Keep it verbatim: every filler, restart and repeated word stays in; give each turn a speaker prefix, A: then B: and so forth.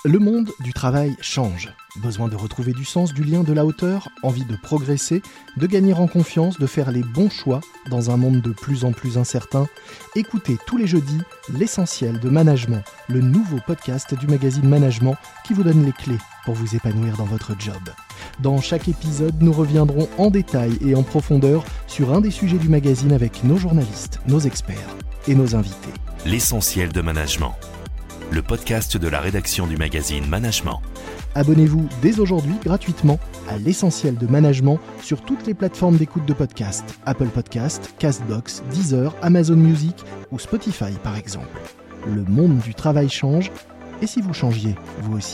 A: Le monde du travail change. Besoin de retrouver du sens, du lien, de la hauteur, envie de progresser, de gagner en confiance, de faire les bons choix dans un monde de plus en plus incertain. Écoutez tous les jeudis l'essentiel de Management, le nouveau podcast du magazine Management qui vous donne les clés pour vous épanouir dans votre job. Dans chaque épisode, nous reviendrons en détail et en profondeur sur un des sujets du magazine avec nos journalistes, nos experts et nos invités.
B: L'essentiel de Management, le podcast de la rédaction du magazine Management.
A: Abonnez-vous dès aujourd'hui gratuitement à l'essentiel de Management sur toutes les plateformes d'écoute de podcasts, Apple Podcasts, Castbox, Deezer, Amazon Music ou Spotify par exemple. Le monde du travail change, et si vous changiez, vous aussi ?